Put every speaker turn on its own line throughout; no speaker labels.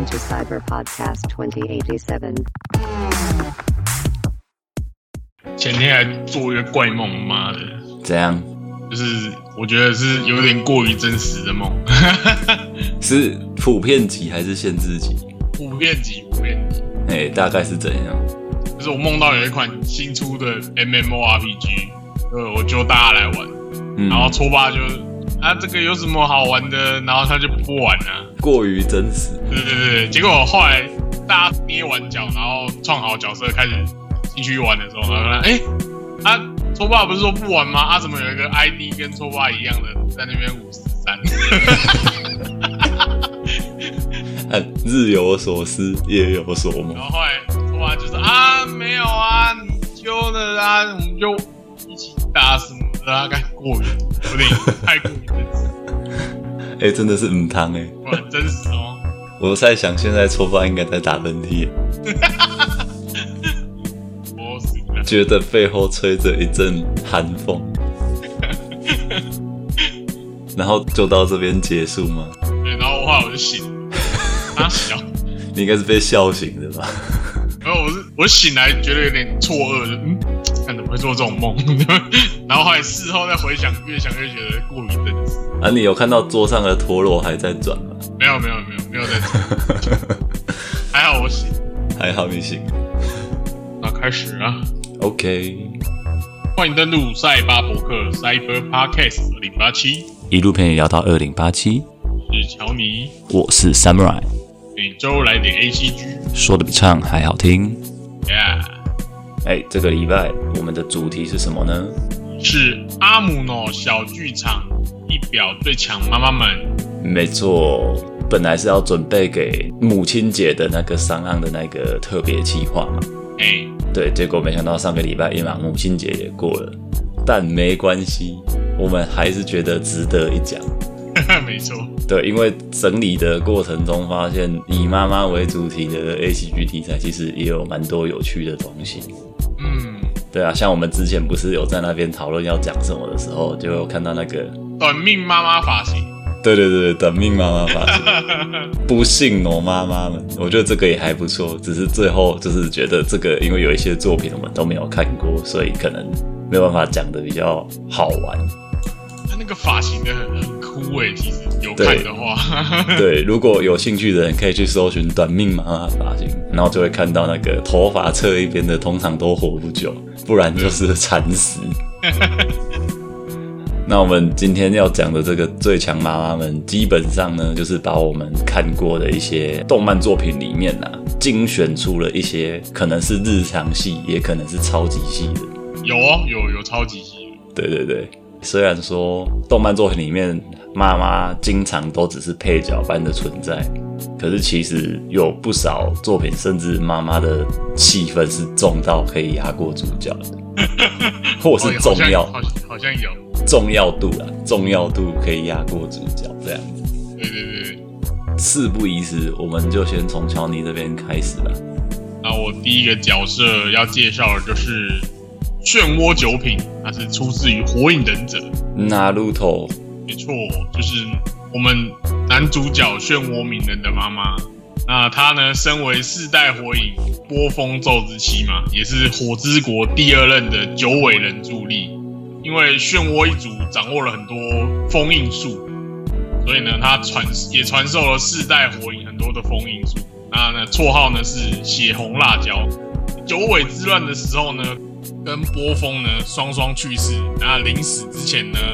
to Cyber Podcast 2087.
前天还做一个怪梦，妈的！
怎样？
就是我觉得是有点过于真实的梦。
是普遍级还是限制级？
普遍级。
大概是怎样？
就是我梦到有一款新出的 MMORPG， 我就大家来玩，然后戳爸就这个有什么好玩的，然后他就不玩了。
过于真实。
对，结果后来大家捏完脚，然后创好角色开始进去玩的时候，然后戳爸不是说不玩吗？怎么有一个 ID 跟戳爸一样的在那边543？
日有所思，夜有所梦。
然后后来戳爸就说没有你揪的我们就一起打什么的干过于有点太过于真实。
真的是唔汤
不然真实哦。
我在想现在戳爸应该在打喷嚏。觉得背后吹着一阵寒风。然后就到这边结束吗？
对，然后后来我就醒了。笑，
你应该是被笑醒的吧？
然后我醒来觉得有点错愕，看怎么会做这种梦？然后后来事后再回想，越想越觉得过于真实。
你有看到桌上的陀螺还在转吗？
没有在转。还好我醒，
还好你醒。
那开始啊。
OK，
欢迎登录赛巴博客 Cyber Podcast 2087，
一路陪你聊到2087。
我是乔尼，
我是 Samurai，
每周来点 ACG，
说的比唱还好听。这个礼拜我们的主题是什么呢？
是阿姆诺小剧场一表最强妈妈们。没
错，本来是要准备给母亲节的那个上岸的那个特别企划嘛。对，结果没想到上个礼拜一嘛，母亲节也过了，但没关系，我们还是觉得值得一讲。
没错，
对，因为整理的过程中发现，以妈妈为主题的 ACG 题材其实也有蛮多有趣的东西。对啊，像我们之前不是有在那边讨论要讲什么的时候，就有看到那个
短命妈妈发型。
对，短命妈妈发型。不幸哦，妈妈们，我觉得这个也还不错，只是最后就是觉得这个，因为有一些作品我们都没有看过，所以可能没有办法讲的比较好玩。
他那个发型的很酷其实有看的话。
对，如果有兴趣的人可以去搜寻短命妈妈发型，然后就会看到那个头发侧一边的通常都活不久，不然就是惨死。那我们今天要讲的这个最强妈妈们，基本上呢，就是把我们看过的一些动漫作品里面精选出了一些可能是日常系，也可能是超级系的。
有超级系的。
对，虽然说动漫作品里面妈妈经常都只是配角般的存在，可是其实有不少作品甚至妈妈的戏份是重到可以压过主角的。或是重要，
好像有
重要度可以压过主角这样子。
对。
事不宜迟，我们就先从乔尼这边开始吧。
那我第一个角色要介绍的就是漩涡九品，它是出自于火影忍者。
纳鲁头，
没错，就是我们男主角漩涡鸣人的妈妈。那她呢，身为4代火影波风纣之妻嘛，也是火之国第2任的九尾人助力。因为漩涡一族掌握了很多封印术，所以呢，他也传授了4代火影很多的封印术。那呢，绰号呢是血红辣椒。九尾之乱的时候呢，跟波风呢双去世。那临死之前呢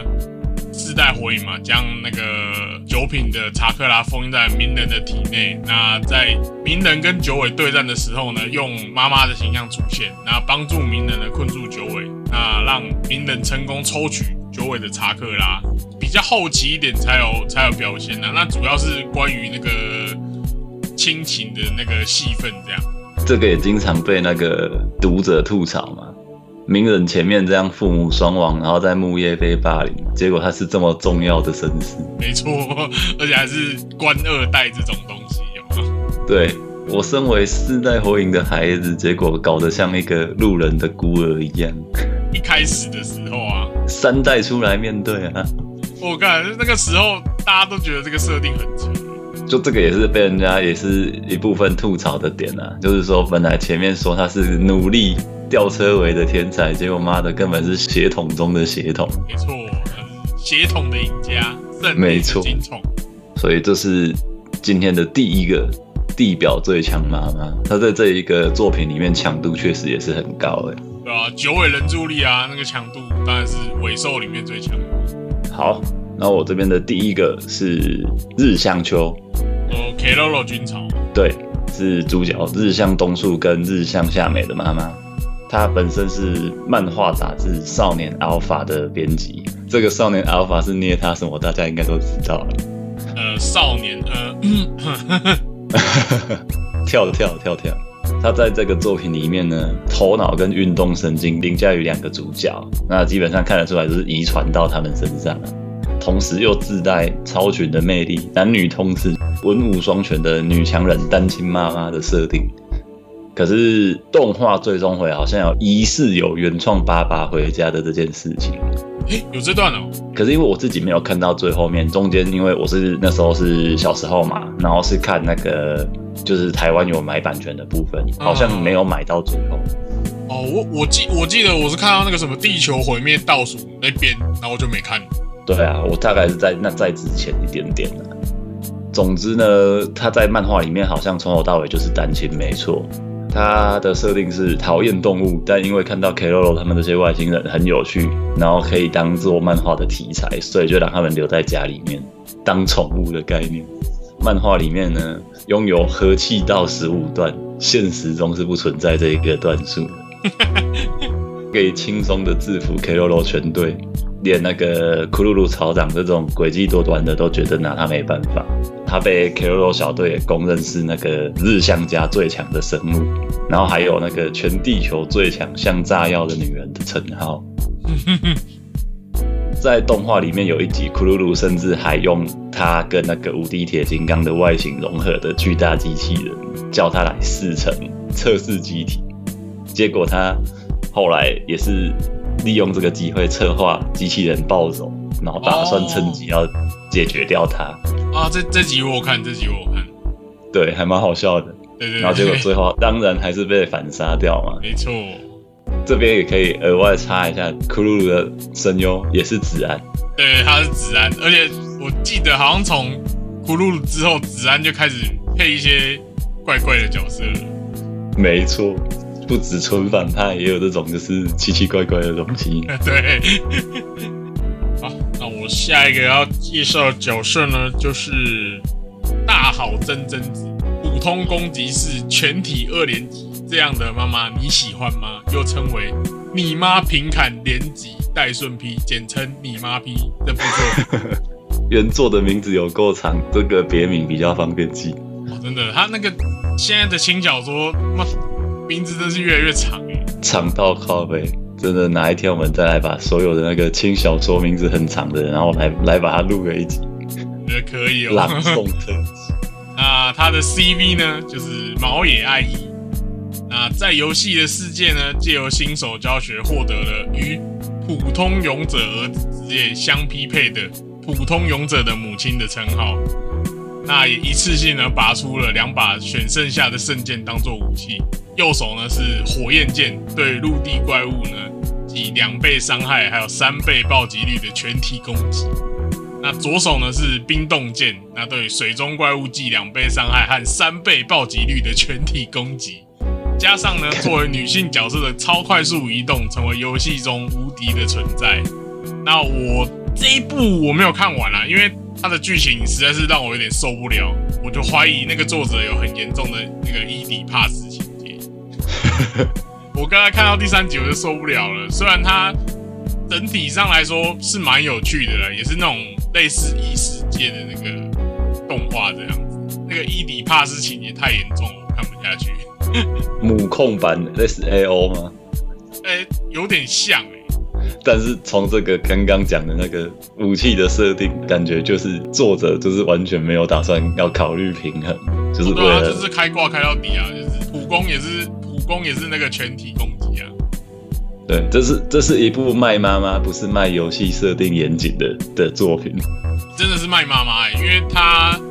，4代火影嘛，将那个九品的查克拉封印在鸣人的体内。那在鸣人跟九尾对战的时候呢，用妈妈的形象出现，那帮助鸣人呢困住九尾，那让鸣人成功抽取九尾的查克拉。比较后期一点才有表现的，那主要是关于那个亲情的那个戏份这样。
这个也经常被那个读者吐槽嘛。鸣人前面这样父母双亡，然后在木叶被霸凌，结果他是这么重要的身世。
没错，而且还是官2代这种东西，有吗？
对，我身为4代火影的孩子，结果搞得像一个路人的孤儿一样。
一开始的时候
3代出来面对
我看那个时候大家都觉得这个设定很扯，
就这个也是被人家也是一部分吐槽的点啊，就是说本来前面说他是努力吊车尾的天才，结果妈的根本是血统中的血统。
没错，血统的赢家，胜利的金宠。
所以这是今天的第一个地表最强妈妈，她在这一个作品里面强度确实也是很高哎。
对啊，九尾人柱力啊，那个强度当然是尾兽里面最强的。
好，那我这边的第一个是日向秋。
Keroro 军曹。
对，是主角日向冬树跟日向夏美的妈妈。她本身是漫画杂志《少年 Alpha》的编辑。这个少年 Alpha 是捏他什么，大家应该都知道了。
少年
跳。他在这个作品里面呢，头脑跟运动神经凌驾于2个主角，那基本上看得出来就是遗传到他们身上，同时又自带超群的魅力，男女通吃，文武双全的女强人单亲妈妈的设定。可是动画最终回好像疑似有原创爸爸回家的这件事情。
有这段哦。
可是因为我自己没有看到最后面，中间因为我是那时候是小时候嘛，然后是看那个就是台湾有买版权的部分，好像没有买到最后。
我记得我是看到那个什么地球毁灭倒数那边，然后我就没看。
对啊，我大概是在之前一点点的。总之呢，他在漫画里面好像从头到尾就是单亲，没错。他的设定是讨厌动物，但因为看到 Keroro 他们这些外星人很有趣，然后可以当做漫画的题材，所以就让他们留在家里面当宠物的概念。漫画里面呢，拥有和气道15段，现实中是不存在这一个段数的，可以轻松的制服 Keroro 全队，连那个库鲁鲁草长这种诡计多端的都觉得拿他没办法。他被 Keroro 小队也公认是那个日向家最强的生物，然后还有那个全地球最强像炸药的女人的称号。在动画里面有一集，库鲁鲁甚至还用他跟那个无敌铁金刚的外形融合的巨大机器人，叫他来试乘测试机体。结果他后来也是利用这个机会策划机器人暴走，然后打算趁机要解决掉他。
这集我有看，
对，还蛮好笑的。
对。
然后结果最后当然还是被反杀掉嘛。
没错。
这边也可以额外插一下，库鲁鲁的声优也是子安。
对，他是子安，而且我记得好像从库鲁鲁之后，子安就开始配一些怪怪的角色了。
没错，不止纯反派，也有这种就是奇奇怪怪的东西。
对。好，那我下一个要介绍的角色呢，就是大好真真子，普通攻击是全体2连击。这样的妈妈你喜欢吗？又称为你妈平砍连击带顺劈，简称你妈劈这部作品。
原作的名字有够长，这个别名比较方便记。
真的，他那个现在的轻小说名字真是越来越长
长到靠北。真的，哪一天我们再来把所有的那个轻小说名字很长的，然后来把它录个一集。
我觉得可以哦。
朗诵特辑。
那他的 CV 呢，就是毛野爱一。那在游戏的世界呢，借由新手教学获得了与普通勇者儿子之夜相匹配的普通勇者的母亲的称号。那也一次性呢拔出了2把选剩下的圣剑当做武器，右手呢是火焰剑，对陆地怪物呢以2倍伤害还有3倍暴击率的全体攻击。那左手呢是冰冻剑，那对水中怪物计2倍伤害和3倍暴击率的全体攻击。加上呢，作为女性角色的超快速移动，成为游戏中无敌的存在。那我这一部我没有看完啦，因为它的剧情实在是让我有点受不了，我就怀疑那个作者有很严重的那个伊底帕斯情节。我刚才看到第3集我就受不了了，虽然它整体上来说是蛮有趣的啦，也是那种类似异世界的那个动画这样子。那个伊底帕斯情节太严重了，我看不下去。
母控版的 SAO 吗？
有点像
但是从这个刚刚讲的那个武器的设定，感觉就是作者就是完全没有打算要考虑平衡，就是为了
就是开挂开到底啊，就是普攻也是那个全体攻击啊。
对，这是一部卖妈妈，不是卖游戏设定严谨的作品。
真的是卖妈妈因为他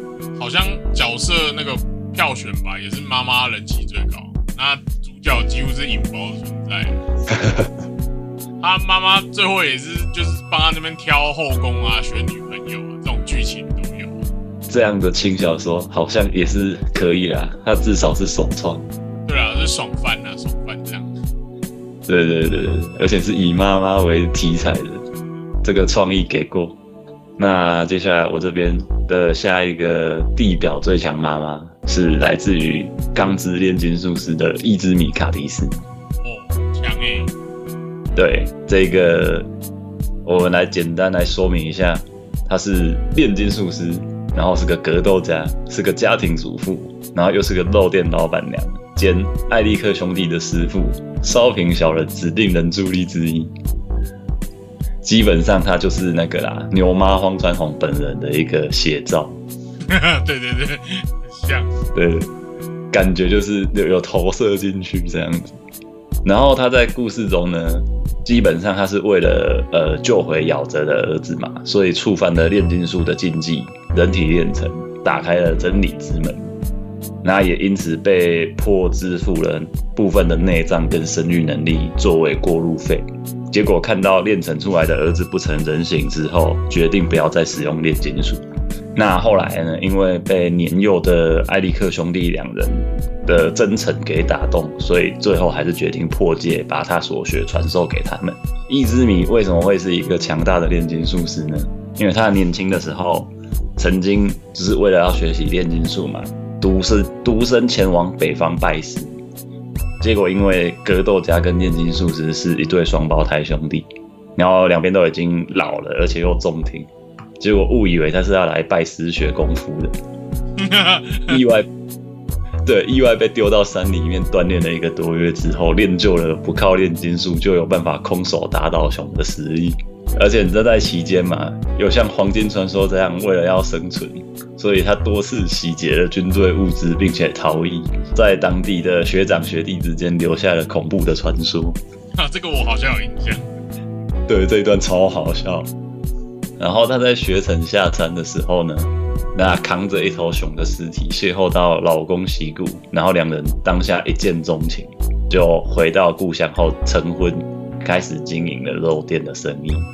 好像角色那个票选吧，也是妈妈人气最高，那主角几乎是引爆的存在。他妈妈最后也是就是帮他那边挑后宫啊、选女朋友啊，这种剧情都有。
这样的轻小说好像也是可以啦，他至少是首创。
对啊，是爽翻啊，爽翻这样。
对对对，而且是以妈妈为题材的，这个创意给过。那接下来我这边的下一个地表最强妈妈是来自于《钢之炼金术师》的伊兹米卡迪斯。
哦，强欸。
对，这个我们来简单来说明一下，她是炼金术师，然后是个格斗家，是个家庭主妇，然后又是个肉店老板娘兼艾利克兄弟的师傅，烧瓶小人指定人助力之一。基本上他就是那个啦，牛妈荒川弘本人的一个写照。
对对对，像。
对，感觉就是有投射进去这样子。然后他在故事中呢，基本上他是为了救回咬着的儿子嘛，所以触犯了炼金术的禁忌，人体炼成，打开了真理之门。那也因此被迫支付了部分的内脏跟生育能力作为过路费。结果看到炼成出来的儿子不成人形之后，决定不要再使用炼金术。那后来呢，因为被年幼的艾利克兄弟两人的真诚给打动，所以最后还是决定破戒，把他所学传授给他们。伊兹米为什么会是一个强大的炼金术师呢？因为他年轻的时候曾经就是为了要学习炼金术嘛，独身前往北方拜师。结果因为格斗家跟炼金术师是一对双胞胎兄弟，然后两边都已经老了，而且又重听，结果误以为他是要来拜师学功夫的，意外被丢到山里面锻炼了1个多月之后，练就了不靠炼金术就有办法空手打倒熊的实力。而且这在期间嘛，有像黄金传说这样为了要生存，所以他多次洗劫了军队物资，并且逃逸，在当地的学长学弟之间留下了恐怖的传说。
这个我好像有印象。
对，这一段超好笑。然后他在雪城下山的时候呢，那扛着一头熊的尸体邂逅到老公西谷，然后两人当下一见钟情，就回到故乡后成婚，开始经营了肉店的生意。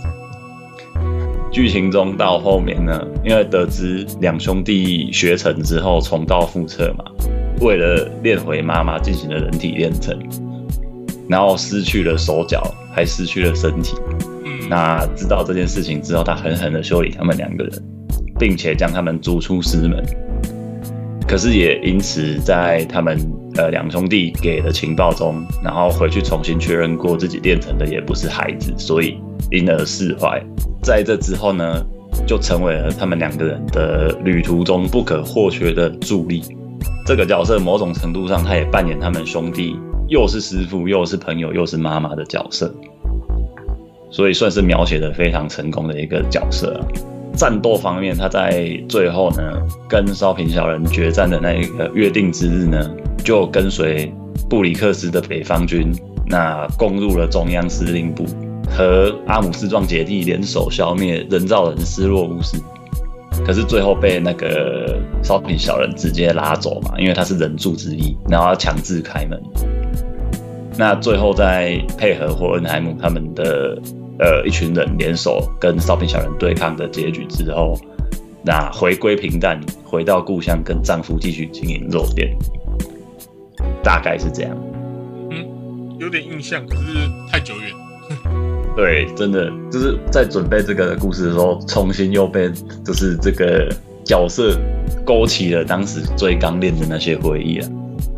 剧情中到后面呢，因为得知两兄弟学成之后重蹈覆辙嘛，为了练回妈妈进行了人体炼成，然后失去了手脚，还失去了身体。那知道这件事情之后，他狠狠的修理他们2个人，并且将他们逐出师门。可是也因此在他们两兄弟给的情报中，然后回去重新确认过自己炼成的也不是孩子，所以因而释怀。在这之后呢，就成为了他们2个人的旅途中不可或缺的助力。这个角色某种程度上，他也扮演他们兄弟又是师父又是朋友又是妈妈的角色，所以算是描写的非常成功的一个角色啊。战斗方面，他在最后呢，跟烧瓶小人决战的那一个约定之日呢，就跟随布里克斯的北方军，那攻入了中央司令部，和阿姆斯壮姐弟联手消灭人造人斯洛乌斯。可是最后被那个烧瓶小人直接拉走嘛，因为他是人柱之一，然后要强制开门。那最后再配合霍恩海姆他们的一群人联手跟烧瓶小人对抗的结局之后，那回归平淡，回到故乡跟丈夫继续经营肉店，大概是这样。
有点印象，可是太久远。
对，真的就是在准备这个故事的时候，重新又被就是这个角色勾起了当时最刚练的那些回忆啊。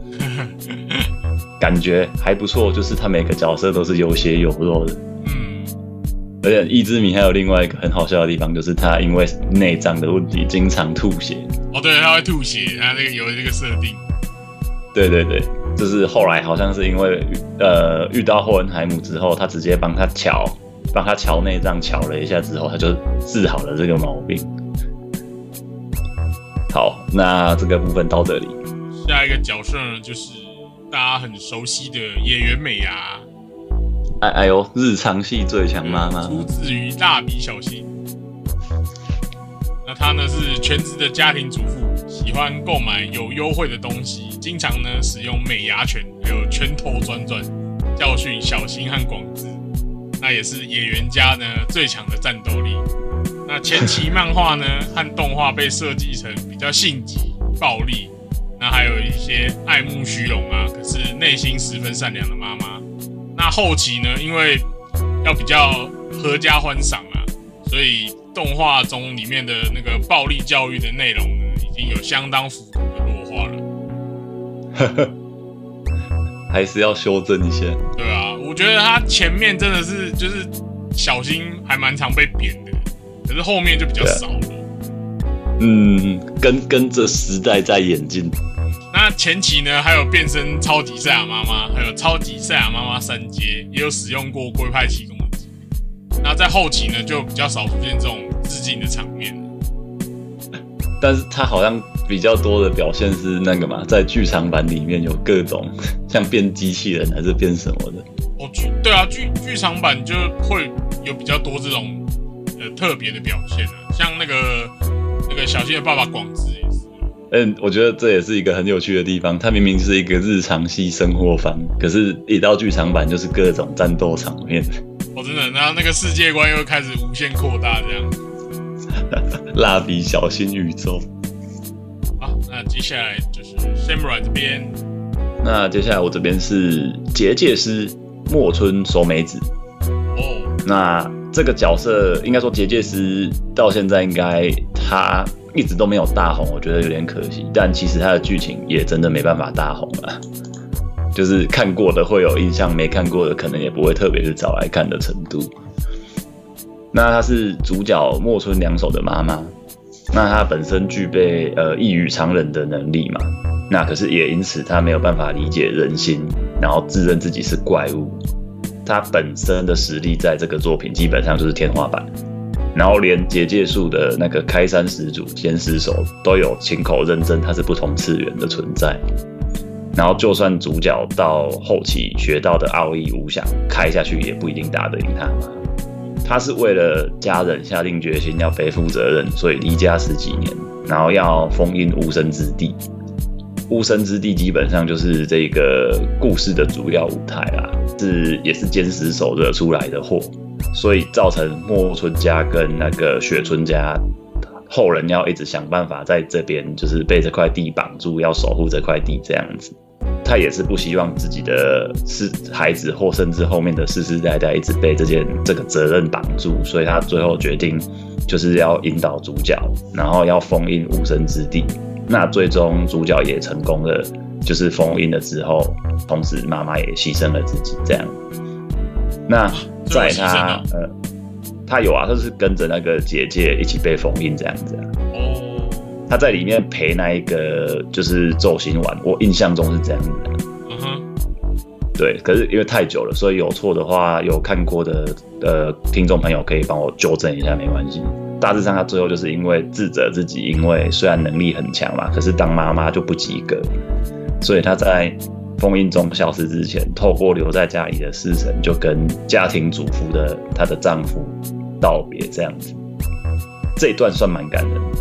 感觉还不错，就是他每个角色都是有血有肉的。而且伊之米还有另外一个很好笑的地方，就是他因为内脏的问题经常吐血。
哦，对，他会吐血，他那个有这个设定。对
对对，就是后来好像是因为遇到霍恩海姆之后，他直接帮他瞧内脏，瞧了一下之后，他就治好了这个毛病。好，那这个部分到这里。
下一个角色呢，就是大家很熟悉的野原美伢。
哎呦，日常系最强妈妈，
出自于蜡笔小新。 那她呢是全职的家庭主妇，喜欢购买有优惠的东西，经常呢使用美牙拳还有拳头转转教训小新和广志。那也是野原家呢最强的战斗力。那前期漫画呢和动画被设计成比较性急暴力，那还有一些爱慕虚荣啊，可是内心十分善良的妈妈。那后期呢，因为要比较合家欢赏啊，所以动画中里面的那个暴力教育的内容呢，已经有相当幅度的弱化了。
还是要修正一下。
对啊，我觉得他前面真的是就是小新还蛮常被贬的，可是后面就比较少了。
跟着时代在演进。
那前期呢，还有变身超级赛亚妈妈，还有超级赛亚妈妈3阶，也有使用过龟派气功的技能。那在后期呢，就比较少出现这种致敬的场面。
但是他好像比较多的表现是那个嘛，在剧场版里面有各种像变机器人还是变什么的。
对啊，剧场版就会有比较多这种特别的表现啊，像那个小新的爸爸广志也是。
我觉得这也是一个很有趣的地方。它明明是一个日常系生活番，可是一到剧场版就是各种战斗场面。
真的，然后那个世界观又开始无限扩大这样。
蜡笔小新宇宙。
好，那接下来就是 Samurai 这边。
那接下来我这边是结界师墨村守美子。那这个角色应该说结界师到现在应该他一直都没有大红，我觉得有点可惜。但其实他的剧情也真的没办法大红了，就是看过的会有印象，没看过的可能也不会特别去找来看的程度。那她是主角墨村良守的妈妈，那她本身具备异于常人的能力嘛，那可是也因此她没有办法理解人心，然后自认自己是怪物。她本身的实力在这个作品基本上就是天花板，然后连结界术的那个开山始祖兼师手都有亲口认证他是不同次元的存在。然后就算主角到后期学到的奥义无想开下去，也不一定打得赢他嘛。他是为了家人下定决心要背负责任，所以离家10几年，然后要封印巫生之地。巫生之地基本上就是这个故事的主要舞台啦，也是监视手惹出来的祸，所以造成墨村家跟那个雪村家后人要一直想办法在这边就是被这块地绑住，要守护这块地这样子。他也是不希望自己的孩子或甚至后面的世世代代一直被这个责任绑住，所以他最后决定就是要引导主角，然后要封印巫生之地。那最终主角也成功了，就是封印了之后，同时妈妈也牺牲了自己这样。那在他有啊，他是跟着那个姐姐一起被封印这样子啊。他在里面陪那一个就是咒心丸，我印象中是这样子的。对，可是因为太久了，所以有错的话，有看过的听众朋友可以帮我纠正一下，没关系。大致上，他最后就是因为自责自己，因为虽然能力很强嘛，可是当妈妈就不及格，所以他在封印中消失之前，透过留在家里的式神，就跟家庭主妇的她的丈夫道别，这样子。这一段算蛮感人的。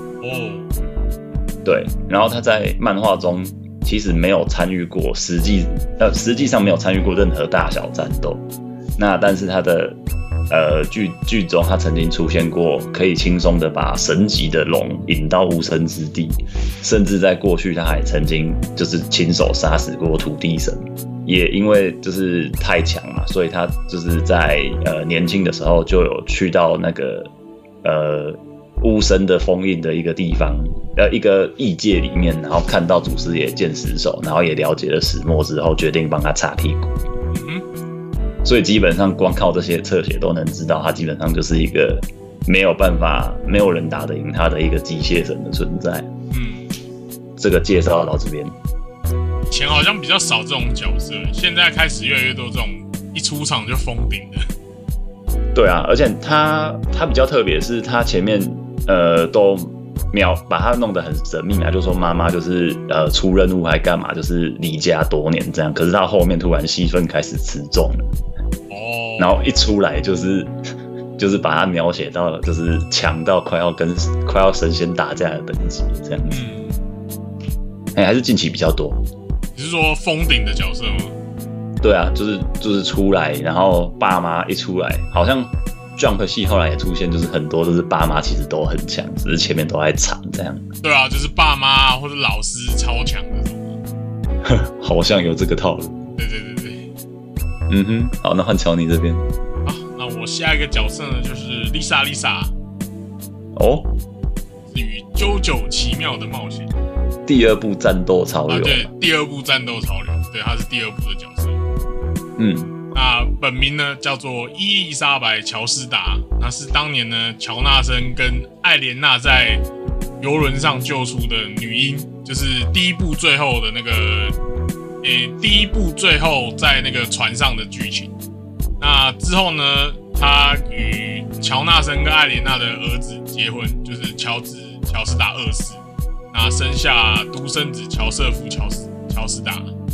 对，然后他在漫画中其实没有参与过实际上没有参与过任何大小战斗。那但是他的剧中他曾经出现过可以轻松的把神级的龙引到无生之地，甚至在过去他还曾经就是亲手杀死过土地神。也因为就是太强嘛，所以他就是在年轻的时候就有去到那个巫生的封印的一个地方，一个异界里面，然后看到祖师爷见石手，然后也了解了始末之后，决定帮他擦屁股。所以基本上光靠这些侧写都能知道，他基本上就是一个没有办法，没有人打得赢他的一个机械神的存在。这个介绍到这边。
以前好像比较少这种角色，现在开始越来越多这种一出场就封顶的。
对啊，而且他比较特别，是他前面都把他弄得很神秘啊，就说妈妈就是出任务还干嘛，就是离家多年这样。可是他后面突然戏份开始吃重了，然后一出来就是就是把它描写到就是强到快要神仙打架的等级这样子。还是近期比较多。
你是说封顶的角色吗？
对啊，就是出来，然后爸妈一出来，好像 Jump 系后来也出现，就是很多都是爸妈其实都很强，只是前面都在藏这样。
对啊，就是爸妈或者老师超强这种。
好像有这个套路。
对。
好，那换乔尼这边。
好，那我下一个角色呢，就是 Lisa。
哦，
是与JoJo奇妙的冒险。
第二部战斗潮流。
对，第二部战斗潮流，对，他是第二部的角色。那本名呢叫做伊丽莎白·乔斯达，那是当年呢乔纳森跟艾莲娜在游轮上救出的女婴，就是第一部最后的那个，第一部最后在那个船上的剧情。那之后呢，他与乔纳森跟艾莲娜的儿子结婚，就是乔斯达2世，那生下独生子乔瑟夫·乔斯达。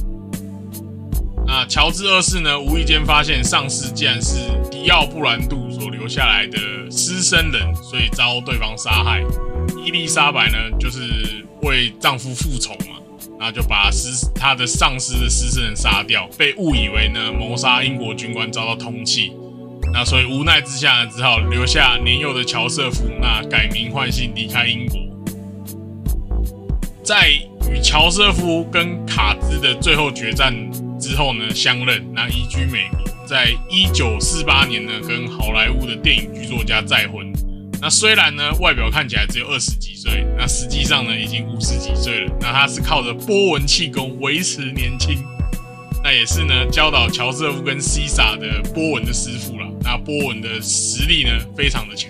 那乔治2世呢，无意间发现上司竟然是迪奥布兰度所留下来的私生人，所以遭对方杀害。伊丽莎白呢，就是为丈夫复仇嘛，然后就把他的上司的私生人杀掉，被误以为呢谋杀英国军官遭到通缉。那所以无奈之下呢，只好留下年幼的乔瑟夫，那改名换姓离开英国。在与乔瑟夫跟卡兹的最后决战之后呢，相认，那移居美国，在1948年呢，跟好莱坞的电影剧作家再婚。那虽然呢，外表看起来只有20几岁，那实际上呢，已经50几岁了。那他是靠着波纹气功维持年轻，那也是呢，教导乔瑟夫跟西萨的波纹的师傅啦。那波纹的实力呢，非常的强。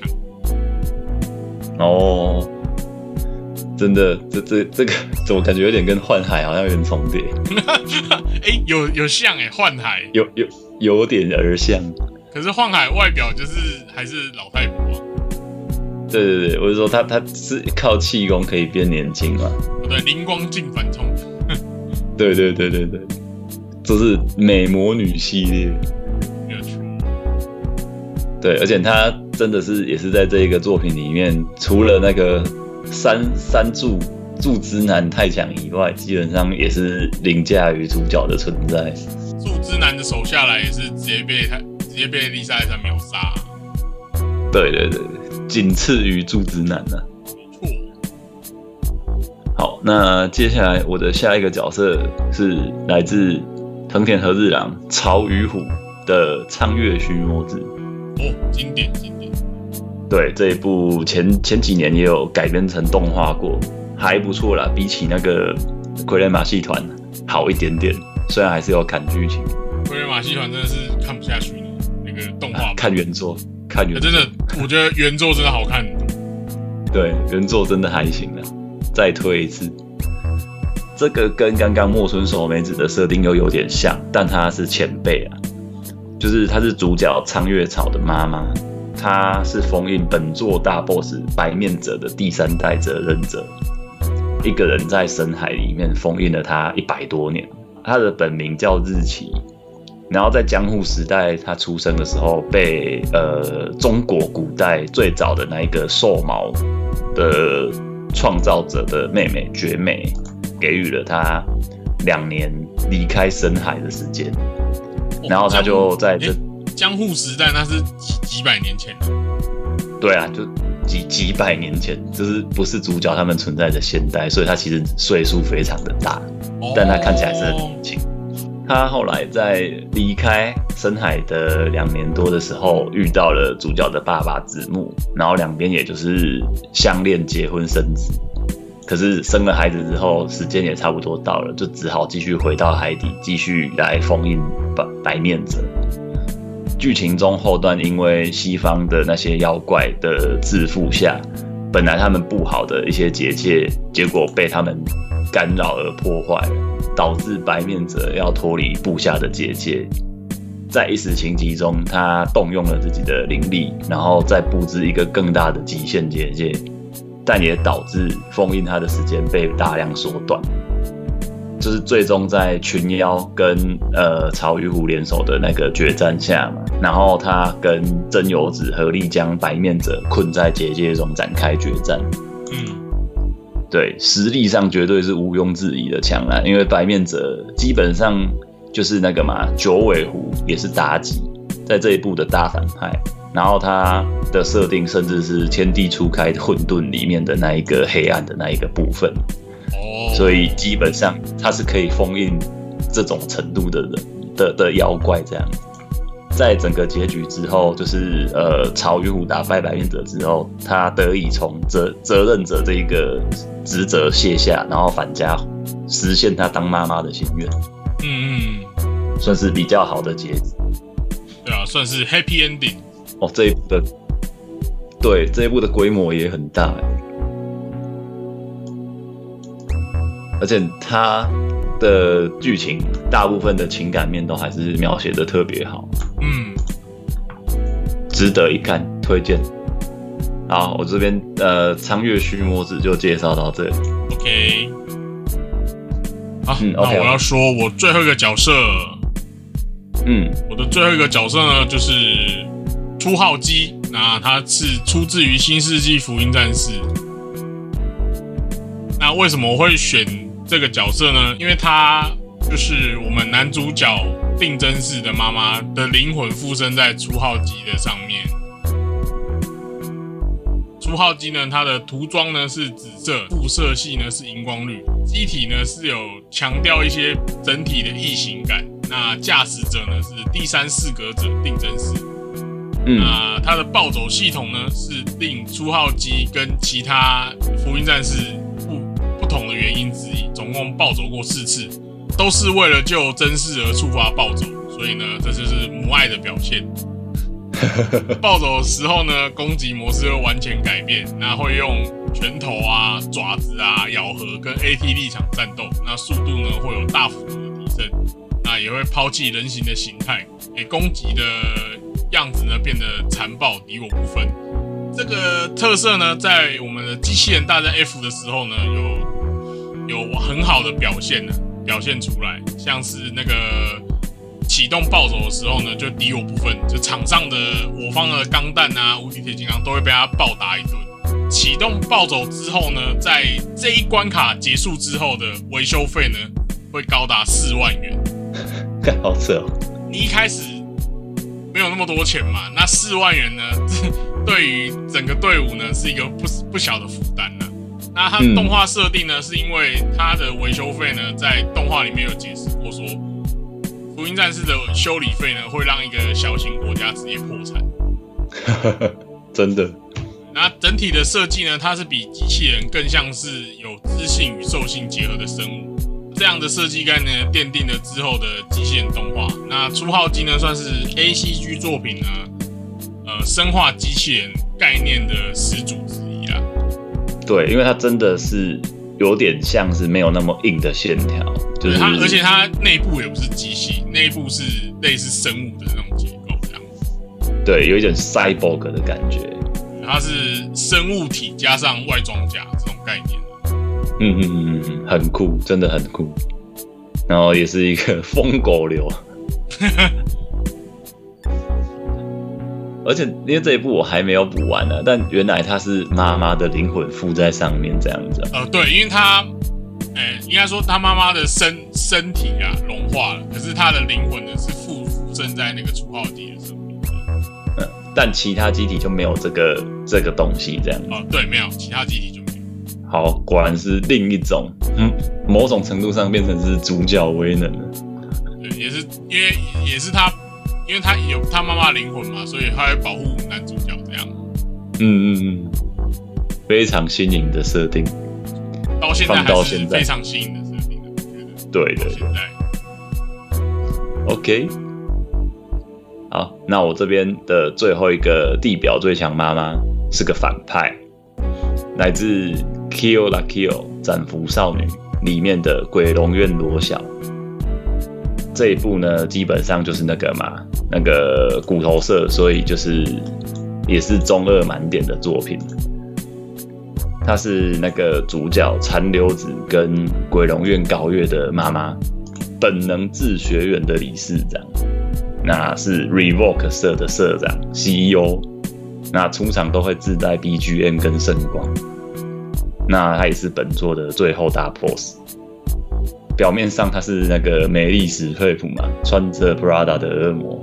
哦。真的，这个怎么感觉有点跟幻海好像有点重叠？
有像幻海
有点儿像。
可是幻海外表就是还是老太婆啊。
对，我是说他是靠气功可以变年轻嘛？
对，灵光镜反冲。
对，这是美魔女系列。
没有错。
对，而且他真的是也是在这一个作品里面，除了那个三柱之男太强以外，基本上也是凌驾于主角的存在。
柱之男的手下来也是直接被丽莎艾秒杀。
对，仅次于柱之男啊。
没错。
好，那接下来我的下一个角色是来自藤田和日郎曹与虎的苍月须磨子。
经典。
对，这一部前几年也有改编成动画过，还不错啦，比起那个傀儡马戏团好一点点，虽然还是有砍剧情。
傀儡马戏团真的是看不下去的，那个动画
看原作，
真的，我觉得原作真的好看。
对，原作真的还行啦，再推一次。这个跟刚刚木村守美子的设定又有点像，但她是前辈啊，就是她是主角苍月草的妈妈。他是封印本作大 BOSS 白面者的第3代责任者，一个人在深海里面封印了他100多年。他的本名叫日崎，然后在江户时代他出生的时候被中国古代最早的那一个兽毛的创造者的妹妹绝美给予了他2年离开深海的时间，然后他就在这
江户时代，那是几百年前。
对啊，就几百年前，就是不是主角他们存在的现代，所以他其实岁数非常的大，但他看起来是很年轻。他后来在离开深海的2年多的时候，遇到了主角的爸爸子木，然后两边也就是相恋、结婚、生子。可是生了孩子之后，时间也差不多到了，就只好继续回到海底，继续来封印白面者。剧情中后段因为西方的那些妖怪的自负下，本来他们布好的一些结界，结果被他们干扰而破坏了，导致白面者要脱离布下的结界。在一时情急中，他动用了自己的灵力，然后再布置一个更大的极限结界，但也导致封印他的时间被大量缩短。 就是最终在群妖跟曹与虎联手的那个决战下嘛，然后他跟真由子合力将白面者困在结界中展开决战。对，实力上绝对是毋庸置疑的强啦，因为白面者基本上就是那个嘛，九尾狐也是妲己在这一部的大反派，然后他的设定甚至是天地初开混沌里面的那一个黑暗的那一个部分，所以基本上他是可以封印这种程度的人的妖怪这样。在整个结局之后，就是曹与虎打败白面者之后，他得以从责任者这一个职责卸下，然后返家实现他当妈妈的心愿。算是比较好的结局。
对啊，算是 happy ending。
哦，这一部的规模也很大，而且他的剧情大部分的情感面都还是描写的特别好。值得一看，推荐。好，我这边苍月须磨子就介绍到这里。
OK。好，那我要说我最后一个角色。我的最后一个角色呢，就是初号机。那他是出自于《新世纪福音战士》。那为什么我会选这个角色呢？因为他就是我们男主角定真寺的妈妈的灵魂附身在初号机的上面。初号机呢，它的涂装呢是紫色，肤色系呢是荧光绿，机体呢是有强调一些整体的异形感。那驾驶者呢是第三视隔者定真寺。那它的暴走系统呢是令初号机跟其他福音战士不同的原因之一，总共暴走过4次，都是为了救真嗣而触发暴走，所以呢，这就是母爱的表现。暴走的时候呢，攻击模式会完全改变，那会用拳头啊、爪子啊、咬合跟 AT 立场战斗，那速度呢会有大幅度的提升，那也会抛弃人形的形态，攻击的样子呢变得残暴，敌我不分。这个特色呢，在我们的机器人大战 F 的时候呢，有很好的表现出来，像是那个启动暴走的时候呢，就敌我不分，就场上的我方的钢弹啊、无敌铁金刚都会被他暴打一顿。启动暴走之后呢，在这一关卡结束之后的维修费呢，会高达4万元。
好扯哦！
你一开始没有那么多钱嘛，那4万元呢，对于整个队伍呢是一个不小的负担呢。那它的动画设定呢，是因为它的维修费呢，在动画里面有解释过说，福音战士的修理费呢，会让一个小型国家直接破产。
真的。
那整体的设计呢，它是比机器人更像是有知性与兽性结合的生物。这样的设计概念奠定了之后的机器人动画。那初号机呢，算是 ACG 作品呢，深化机器人概念的始祖之一啦。
对，因为它真的是有点像是没有那么硬的线条，就是它，
而且它内部也不是机器，内部是类似生物的那种结构这样子。
对，有一点 cyborg 的感觉。
它是生物体加上外装甲这种概念。
很酷，真的很酷。然后也是一个疯狗流。而且因为这一部我还没有补完呢，但原来它是妈妈的灵魂附在上面这样子。
对，因为它，应该说他妈妈的身体啊融化了，可是他的灵魂呢是附身在那个初号机的上面。
但其他机体就没有这个东西这样子。
对，没有，其他机体就没有。
好，果然是另一种，某种程度上变成是主角威能了。
对，也是因为也是他。因为他有他妈妈的灵魂嘛，所以他会保护男主角这样。
非常新颖的设定，
到现在还是非常新颖的设定的，我觉得。对。现在
OK， 好，那我这边的最后一个地表最强妈妈是个反派，来自 Kill la Kill 斩服少女里面的鬼龙院罗小。这一部呢，基本上就是那个骨头社，所以就是也是中二满点的作品。 她是那个主角残留子跟鬼龙院高月的妈妈，本能治学园的理事长，那是 Revoke 社的社长 CEO， 那出场都会自带 BGM 跟圣光，那他也是本作的最后大 BOSS。表面上他是那个美丽史佩普嘛，穿着 Prada 的恶魔，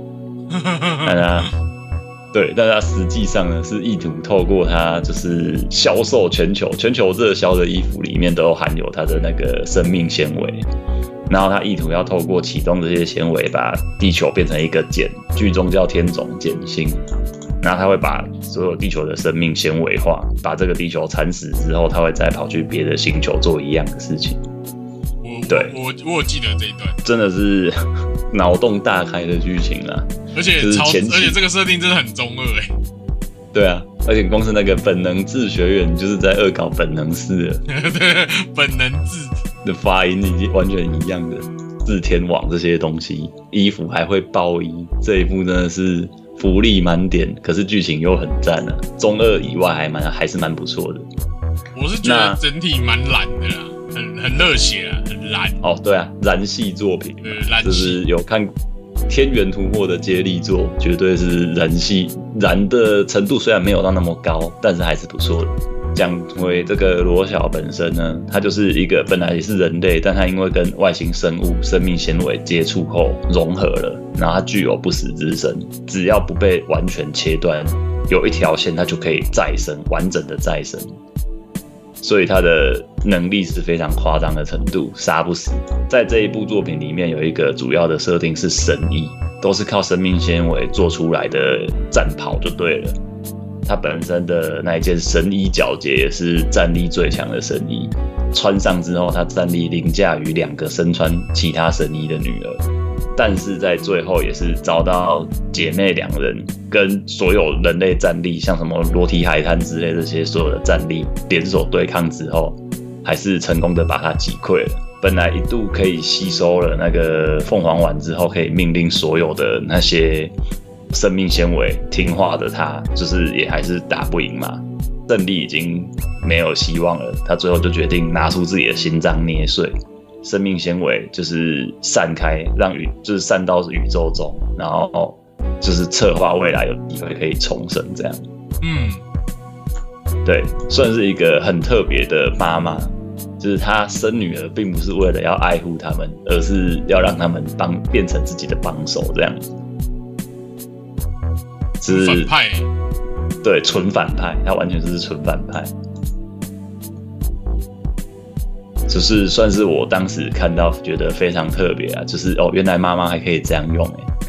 但他实际上呢是意图透过他就是销售全球热销的衣服里面都含有他的那个生命纤维，然后他意图要透过启动这些纤维把地球变成一个茧，剧中叫天种碱性，然后他会把所有地球的生命纤维化，把这个地球蚕食之后，他会再跑去别的星球做一样的事情。对，
我有记得这一段，
真的是脑洞大开的剧情啦，
而且这个设定真的很中二欸。
对啊，而且光是那个本能治学院就是在恶搞本能寺了，
本能治
的发音已经完全一样的，治天网这些东西，衣服还会爆衣，这一部真的是福利满点，可是剧情又很赞啊，中二以外还是蛮不错的。
我是觉得整体蛮燃的啦。很热血啊，很燃
哦，对啊，燃系作品，就是有看天元突破的接力作，绝对是燃系，燃的程度虽然没有到那么高，但是还是不错的。讲回这个罗小本身呢，他就是一个本来也是人类，但他因为跟外星生物生命纤维接触后融合了，然后他具有不死之身，只要不被完全切断，有一条线他就可以再生，完整的再生。所以他的能力是非常夸张的程度，杀不死。在这一部作品里面，有一个主要的设定是神衣，都是靠生命纤维做出来的战袍就对了。他本身的那一件神衣皎洁也是战力最强的神衣，穿上之后，他战力凌驾于2个身穿其他神衣的女儿。但是在最后也是遭到姐妹2人跟所有人类战力，像什么裸体海滩之类这些所有的战力联手对抗之后，还是成功的把它击溃了。本来一度可以吸收了那个凤凰丸之后，可以命令所有的那些生命纤维听话的他，就是也还是打不赢嘛，胜利已经没有希望了。他最后就决定拿出自己的心脏捏碎。生命纤维就是散开，就是散到宇宙中，然后就是策划未来有机会可以重生这样。对，算是一个很特别的妈妈，就是她生女儿并不是为了要爱护他们，而是要让他们变成自己的帮手这样子。是
反派欸。
对，纯反派，她完全是纯反派。就是算是我当时看到觉得非常特别啊，就是原来妈妈还可以这样用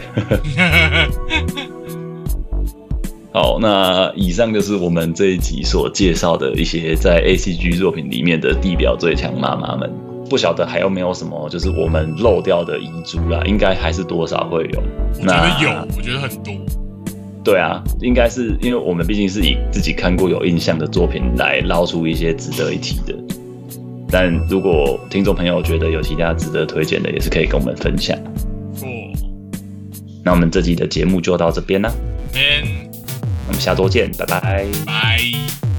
好，那以上就是我们这一集所介绍的一些在 ACG 作品里面的地表最强妈妈们。不晓得还有没有什么就是我们漏掉的遗珠啦，应该还是多少会有。
我觉得有，我觉得很多。
对啊，应该是因为我们毕竟是以自己看过有印象的作品来捞出一些值得一提的。但如果听众朋友觉得有其他值得推荐的，也是可以跟我们分享。那我们这集的节目就到这边啦，我们下周见，拜拜。
拜。